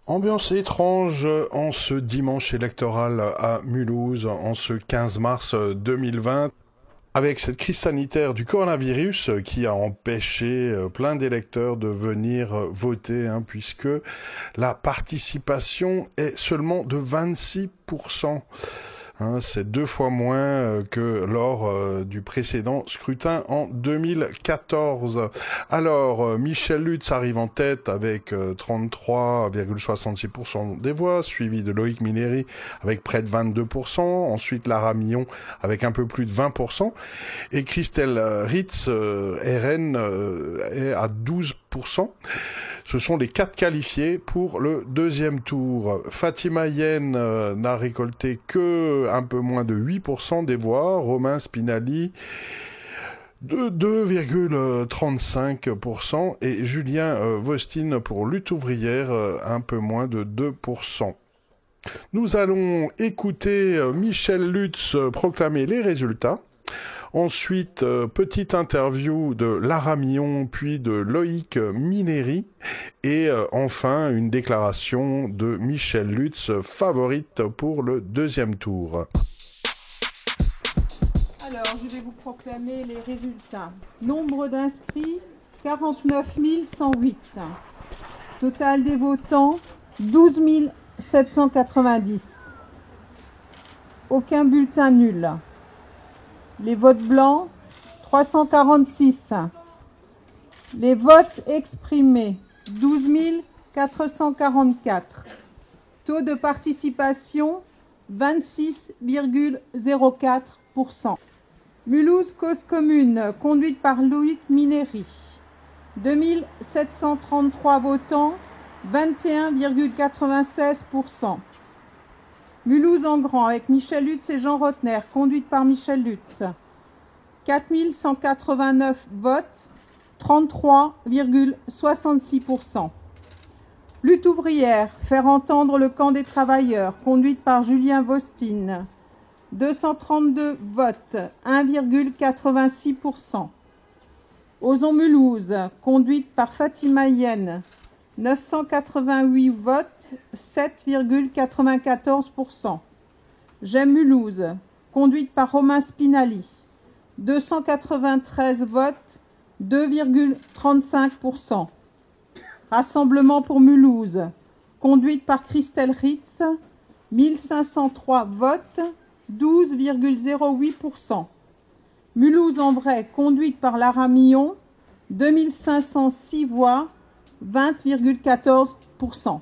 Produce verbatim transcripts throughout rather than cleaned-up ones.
Ambiance étrange en ce dimanche électoral à Mulhouse, en ce quinze mars deux mille vingt, avec cette crise sanitaire du coronavirus qui a empêché plein d'électeurs de venir voter, hein, puisque la participation est seulement de vingt-six pour cent. Hein, c'est deux fois moins euh, que lors euh, du précédent scrutin en deux mille quatorze. Alors, euh, Michel Lutz arrive en tête avec euh, trente-trois virgule soixante-six pour cent des voix, suivi de Loïc Mineri avec près de vingt-deux pour cent, ensuite Lara Millon avec un peu plus de vingt pour cent, et Christelle Ritz, euh, R N, euh, est à douze pour cent. Ce sont les quatre qualifiés pour le deuxième tour. Fatima Yen euh, n'a récolté que un peu moins de huit pour cent des voix. Romain Spinali de deux virgule trente-cinq pour cent et Julien euh, Vostine pour Lutte ouvrière euh, un peu moins de deux pour cent. Nous allons écouter euh, Michel Lutz euh, proclamer les résultats. Ensuite, euh, petite interview de Lara Millon, puis de Loïc Mineri. Et euh, enfin, une déclaration de Michel Lutz, favorite pour le deuxième tour. Alors, je vais vous proclamer les résultats. Nombre d'inscrits, quarante-neuf mille cent huit. Total des votants, douze mille sept cent quatre-vingt-dix. Aucun bulletin nul. Les votes blancs, trois cent quarante-six. Les votes exprimés, douze mille quatre cent quarante-quatre. Taux de participation, vingt-six virgule zéro quatre pour cent. Mulhouse Cause Commune, conduite par Loïc Mineri. deux mille sept cent trente-trois votants, vingt et un virgule quatre-vingt-seize pour cent. Mulhouse en grand avec Michel Lutz et Jean Rotner, conduite par Michel Lutz. quatre mille cent quatre-vingt-neuf votes, trente-trois virgule soixante-six pour cent. Lutte ouvrière, faire entendre le camp des travailleurs, conduite par Julien Vostine. deux cent trente-deux votes, un virgule quatre-vingt-six pour cent. Osons Mulhouse, conduite par Fatima Yen. neuf cent quatre-vingt-huit votes, sept virgule quatre-vingt-quatorze pour cent. J'aime Mulhouse, conduite par Romain Spinali. deux cent quatre-vingt-treize votes, deux virgule trente-cinq pour cent. Rassemblement pour Mulhouse, conduite par Christelle Ritz. mille cinq cent trois votes, douze virgule zéro huit pour cent. Mulhouse en vrai, conduite par Lara Millon. deux mille cinq cent six voix, vingt virgule quatorze pour cent.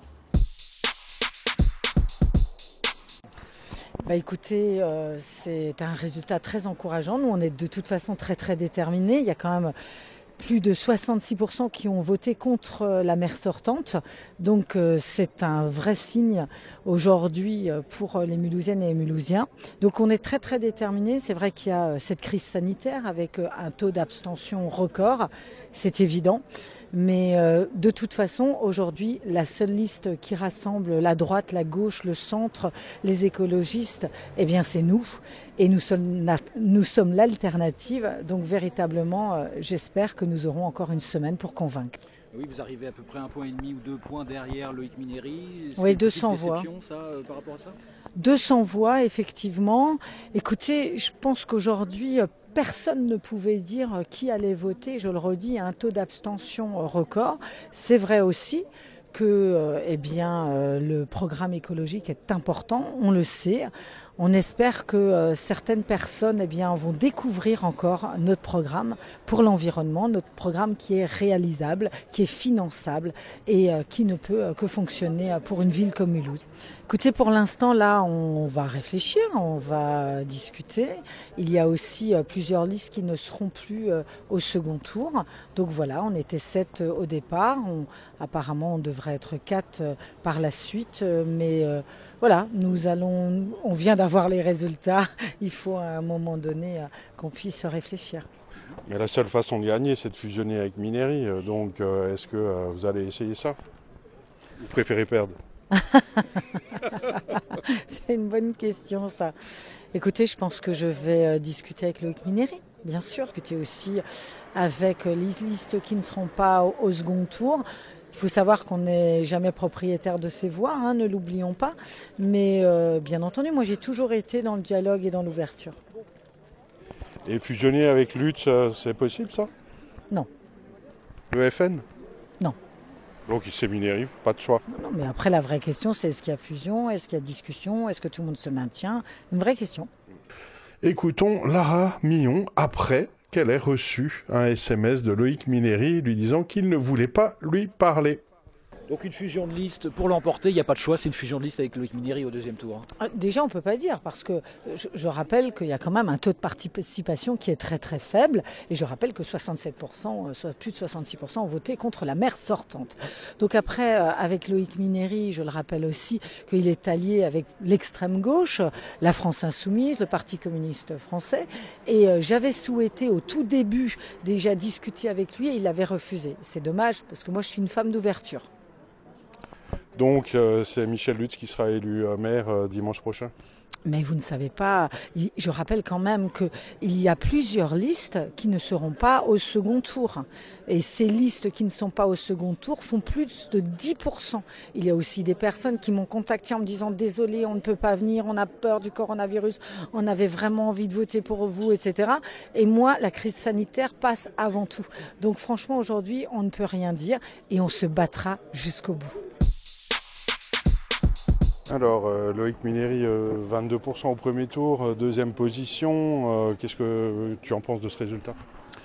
Bah écoutez, euh, c'est un résultat très encourageant. Nous, on est de toute façon très très déterminés. Il y a quand même plus de soixante-six pour cent qui ont voté contre la maire sortante. Donc euh, c'est un vrai signe aujourd'hui pour les Mulhousiennes et les Mulhousiens. Donc on est très très déterminés. C'est vrai qu'il y a cette crise sanitaire avec un taux d'abstention record. C'est évident. Mais euh, de toute façon, aujourd'hui, la seule liste qui rassemble la droite, la gauche, le centre, les écologistes, eh bien c'est nous. Et nous sommes, nous sommes l'alternative. Donc véritablement, euh, j'espère que nous aurons encore une semaine pour convaincre. Oui, vous arrivez à peu près un point et demi ou deux points derrière Loïc Mineri. Oui, deux cents voix. Ça, euh, par rapport à ça deux cents voix, effectivement. Écoutez, je pense qu'aujourd'hui, personne ne pouvait dire qui allait voter. Je le redis, un taux d'abstention record. C'est vrai aussi que euh, eh bien, euh, le programme écologique est important, on le sait. On espère que euh, certaines personnes eh bien, vont découvrir encore notre programme pour l'environnement, notre programme qui est réalisable, qui est finançable et euh, qui ne peut euh, que fonctionner pour une ville comme Mulhouse. Écoutez, pour l'instant, là, on va réfléchir, on va discuter. Il y a aussi euh, plusieurs listes qui ne seront plus euh, au second tour. Donc voilà, on était sept euh, au départ. On, apparemment, on devrait être quatre euh, par la suite. Euh, mais euh, voilà, nous allons, on vient d'avoir les résultats. Il faut à un moment donné euh, qu'on puisse réfléchir. Mais la seule façon de gagner, c'est de fusionner avec Mineri. Donc, euh, est-ce que euh, vous allez essayer ça? Vous préférez perdre? C'est une bonne question, ça. Écoutez, je pense que je vais euh, discuter avec Loïc Mineri, bien sûr. Discuter aussi avec les listes qui ne seront pas au, au second tour. Il faut savoir qu'on n'est jamais propriétaire de ses voix, hein, ne l'oublions pas. Mais euh, bien entendu, moi j'ai toujours été dans le dialogue et dans l'ouverture. Et fusionner avec Lutz, c'est possible ça? Non. Le F N? Non. Donc c'est Mineri, pas de choix. Non, mais après la vraie question c'est est-ce qu'il y a fusion, est-ce qu'il y a discussion, est-ce que tout le monde se maintient? Une vraie question. Écoutons Lara Millon après qu'elle ait reçu un S M S de Loïc Mineri lui disant qu'il ne voulait pas lui parler. Donc une fusion de liste pour l'emporter, il n'y a pas de choix, c'est une fusion de liste avec Loïc Mineri au deuxième tour. Déjà, on ne peut pas dire, parce que je, je rappelle qu'il y a quand même un taux de participation qui est très très faible, et je rappelle que soixante-sept pour cent, soit plus de soixante-six pour cent ont voté contre la maire sortante. Donc après, avec Loïc Mineri, je le rappelle aussi qu'il est allié avec l'extrême gauche, la France Insoumise, le Parti communiste français, et j'avais souhaité au tout début déjà discuter avec lui, et il avait refusé. C'est dommage, parce que moi je suis une femme d'ouverture. Donc euh, c'est Michel Lutz qui sera élu euh, maire euh, dimanche prochain. Mais vous ne savez pas, je rappelle quand même qu'il y a plusieurs listes qui ne seront pas au second tour. Et ces listes qui ne sont pas au second tour font plus de dix pour cent. Il y a aussi des personnes qui m'ont contacté en me disant « Désolé, on ne peut pas venir, on a peur du coronavirus, on avait vraiment envie de voter pour vous, et cetera » Et moi, la crise sanitaire passe avant tout. Donc franchement, aujourd'hui, on ne peut rien dire et on se battra jusqu'au bout. Alors, euh, Loïc Mineri, euh, vingt-deux pour cent au premier tour, euh, deuxième position. Euh, qu'est-ce que tu en penses de ce résultat?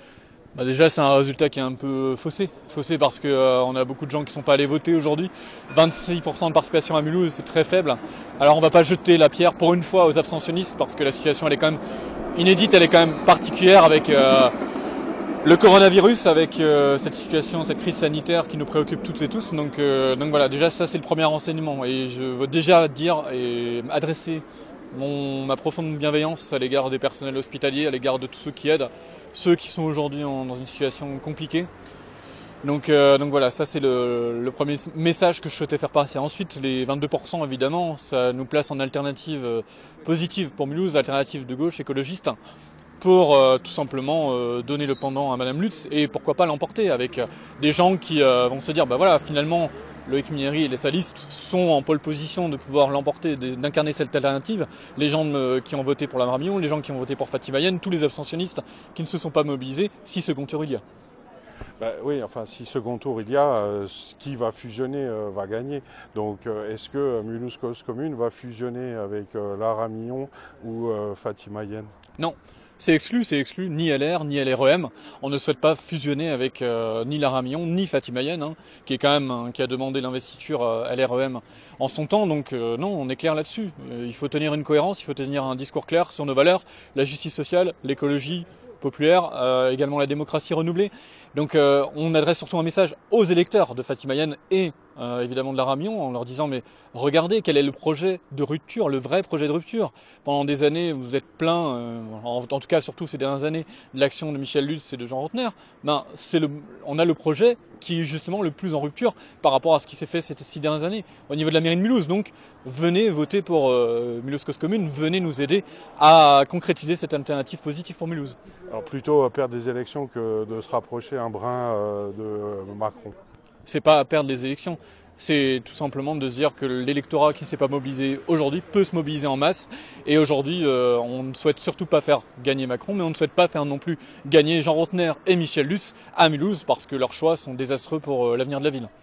Bah déjà, c'est un résultat qui est un peu faussé. Faussé parce qu'on euh, a beaucoup de gens qui ne sont pas allés voter aujourd'hui. vingt-six pour cent de participation à Mulhouse, c'est très faible. Alors, on ne va pas jeter la pierre pour une fois aux abstentionnistes parce que la situation, elle est quand même inédite, elle est quand même particulière avec euh, le coronavirus, avec euh, cette situation, cette crise sanitaire qui nous préoccupe toutes et tous. Donc, euh, donc voilà, déjà ça c'est le premier renseignement. Et je veux déjà dire et adresser mon, ma profonde bienveillance à l'égard des personnels hospitaliers, à l'égard de tous ceux qui aident, ceux qui sont aujourd'hui dans une situation compliquée. Donc, euh, donc voilà, ça c'est le, le premier message que je souhaitais faire passer. Ensuite, les vingt-deux pour cent évidemment, ça nous place en alternative positive pour Mulhouse, alternative de gauche écologiste, pour euh, tout simplement euh, donner le pendant à Madame Lutz et pourquoi pas l'emporter avec euh, des gens qui euh, vont se dire bah voilà, finalement Loïc Mineri et sa liste sont en pole position de pouvoir l'emporter, d'incarner cette alternative. Les gens euh, qui ont voté pour Lara Millon, les gens qui ont voté pour Fatima Yen, tous les abstentionnistes qui ne se sont pas mobilisés, si second tour il y a. Bah, oui, enfin, si second tour il y a, euh, qui va fusionner euh, va gagner. Donc, euh, est-ce que euh, Mulhouse Cause Commune va fusionner avec euh, Lara Millon ou euh, Fatima Yen? Non. C'est exclu, c'est exclu, ni L R, ni L R E M. On ne souhaite pas fusionner avec euh, ni Lara Millon, ni Fatima Yen, hein, qui est quand même hein, qui a demandé l'investiture euh, L R E M en son temps. Donc euh, non, on est clair là-dessus. Euh, il faut tenir une cohérence, il faut tenir un discours clair sur nos valeurs, la justice sociale, l'écologie populaire, euh, également la démocratie renouvelée. Donc euh, on adresse surtout un message aux électeurs de Fatima Yen et euh, évidemment de Lara Millon en leur disant mais regardez quel est le projet de rupture, le vrai projet de rupture. Pendant des années vous êtes plein, euh, en, en tout cas surtout ces dernières années, de l'action de Michel Lutz et de Jean Rotner. Ben, c'est le, on a le projet qui est justement le plus en rupture par rapport à ce qui s'est fait ces six dernières années au niveau de la mairie de Mulhouse. Donc venez voter pour euh, Mulhouse Cause Commune, venez nous aider à concrétiser cette alternative positive pour Mulhouse. Alors plutôt à perdre des élections que de se rapprocher un brin euh, de Macron. C'est pas à perdre les élections, c'est tout simplement de se dire que l'électorat qui ne s'est pas mobilisé aujourd'hui peut se mobiliser en masse. Et aujourd'hui, euh, on ne souhaite surtout pas faire gagner Macron, mais on ne souhaite pas faire non plus gagner Jean Rotner et Michel Lutz à Mulhouse parce que leurs choix sont désastreux pour euh, l'avenir de la ville.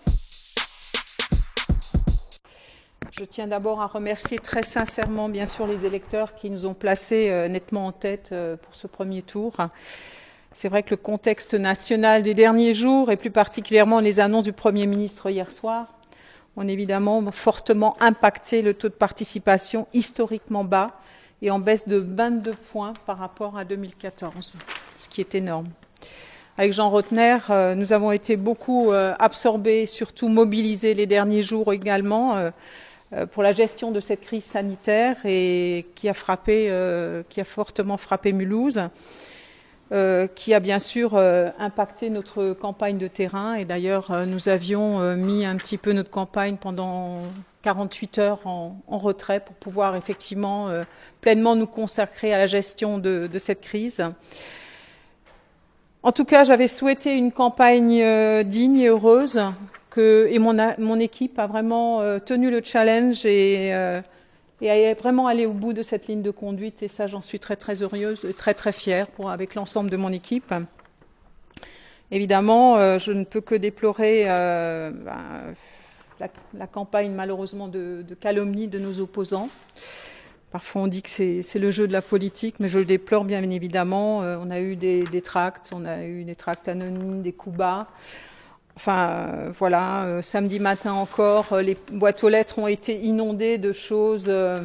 Je tiens d'abord à remercier très sincèrement, bien sûr, les électeurs qui nous ont placés euh, nettement en tête euh, pour ce premier tour. C'est vrai que le contexte national des derniers jours, et plus particulièrement les annonces du Premier ministre hier soir, ont évidemment fortement impacté le taux de participation historiquement bas et en baisse de vingt-deux points par rapport à deux mille quatorze, ce qui est énorme. Avec Jean Rotner, euh, nous avons été beaucoup euh, absorbés, surtout mobilisés les derniers jours également, euh, pour la gestion de cette crise sanitaire et qui a frappé, euh, qui a fortement frappé Mulhouse, euh, qui a bien sûr euh, impacté notre campagne de terrain. Et d'ailleurs, euh, nous avions euh, mis un petit peu notre campagne pendant quarante-huit heures en, en retrait pour pouvoir effectivement euh, pleinement nous consacrer à la gestion de, de cette crise. En tout cas, j'avais souhaité une campagne euh, digne et heureuse, que, et mon, mon équipe a vraiment euh, tenu le challenge et, euh, et a vraiment allé au bout de cette ligne de conduite. Et ça, j'en suis très très heureuse et très très fière pour, avec l'ensemble de mon équipe. Évidemment, euh, je ne peux que déplorer euh, ben, la, la campagne malheureusement de, de calomnie de nos opposants. Parfois on dit que c'est le jeu de la politique, mais je le déplore bien évidemment. Euh, on a eu des, des tracts, on a eu des tracts anonymes, des coups bas. Enfin euh, voilà, euh, samedi matin encore, euh, les boîtes aux lettres ont été inondées de choses, euh,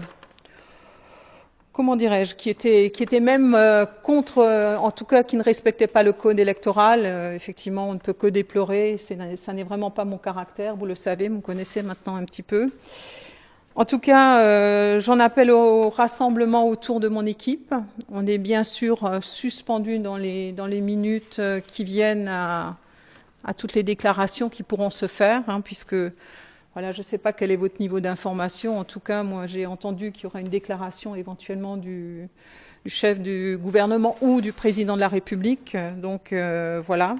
comment dirais-je, qui étaient, qui étaient même euh, contre, euh, en tout cas qui ne respectaient pas le code électoral. Euh, effectivement, on ne peut que déplorer, ça n'est vraiment pas mon caractère, vous le savez, vous me connaissez maintenant un petit peu. En tout cas, euh, j'en appelle au rassemblement autour de mon équipe. On est bien sûr euh, suspendu dans les, dans les minutes euh, qui viennent à, à toutes les déclarations qui pourront se faire, hein, puisque voilà, je ne sais pas quel est votre niveau d'information. En tout cas, moi, j'ai entendu qu'il y aura une déclaration éventuellement du, du chef du gouvernement ou du président de la République. Donc euh, voilà.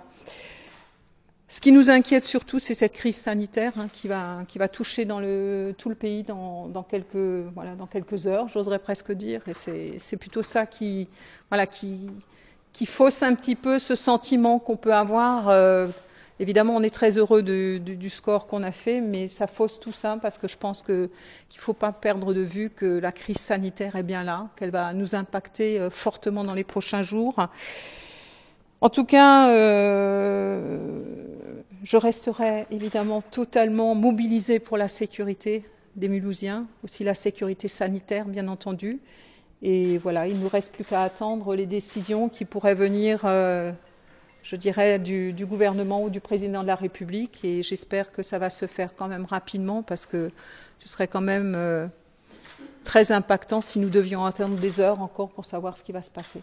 Ce qui nous inquiète surtout, c'est cette crise sanitaire hein, qui va qui va toucher dans le tout le pays dans, dans quelques voilà dans quelques heures, j'oserais presque dire. Et c'est c'est plutôt ça qui voilà qui qui fausse un petit peu ce sentiment qu'on peut avoir. Euh, évidemment, on est très heureux de, du, du score qu'on a fait, mais ça fausse tout ça parce que je pense que qu'il faut pas perdre de vue que la crise sanitaire est bien là, qu'elle va nous impacter euh, fortement dans les prochains jours. En tout cas, euh, je resterai évidemment totalement mobilisée pour la sécurité des Mulhousiens, aussi la sécurité sanitaire, bien entendu. Et voilà, il ne nous reste plus qu'à attendre les décisions qui pourraient venir, euh, je dirais, du, du gouvernement ou du président de la République. Et j'espère que ça va se faire quand même rapidement parce que ce serait quand même euh, très impactant si nous devions attendre des heures encore pour savoir ce qui va se passer.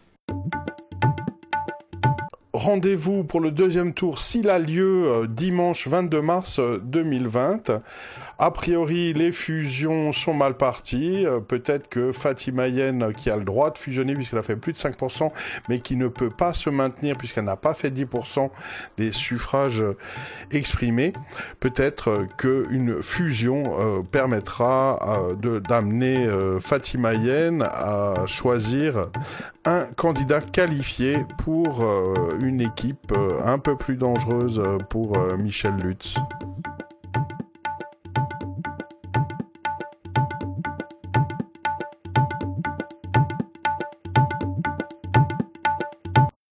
Rendez-vous pour le deuxième tour s'il a lieu euh, dimanche vingt-deux mars deux mille vingt. A priori, les fusions sont mal parties. Euh, peut-être que Fatima Yen, qui a le droit de fusionner puisqu'elle a fait plus de cinq pour cent, mais qui ne peut pas se maintenir puisqu'elle n'a pas fait dix pour cent des suffrages exprimés, peut-être euh, qu'une fusion euh, permettra euh, de, d'amener euh, Fatima Yen à choisir un candidat qualifié pour euh, une équipe euh, un peu plus dangereuse pour euh, Michèle Lutz.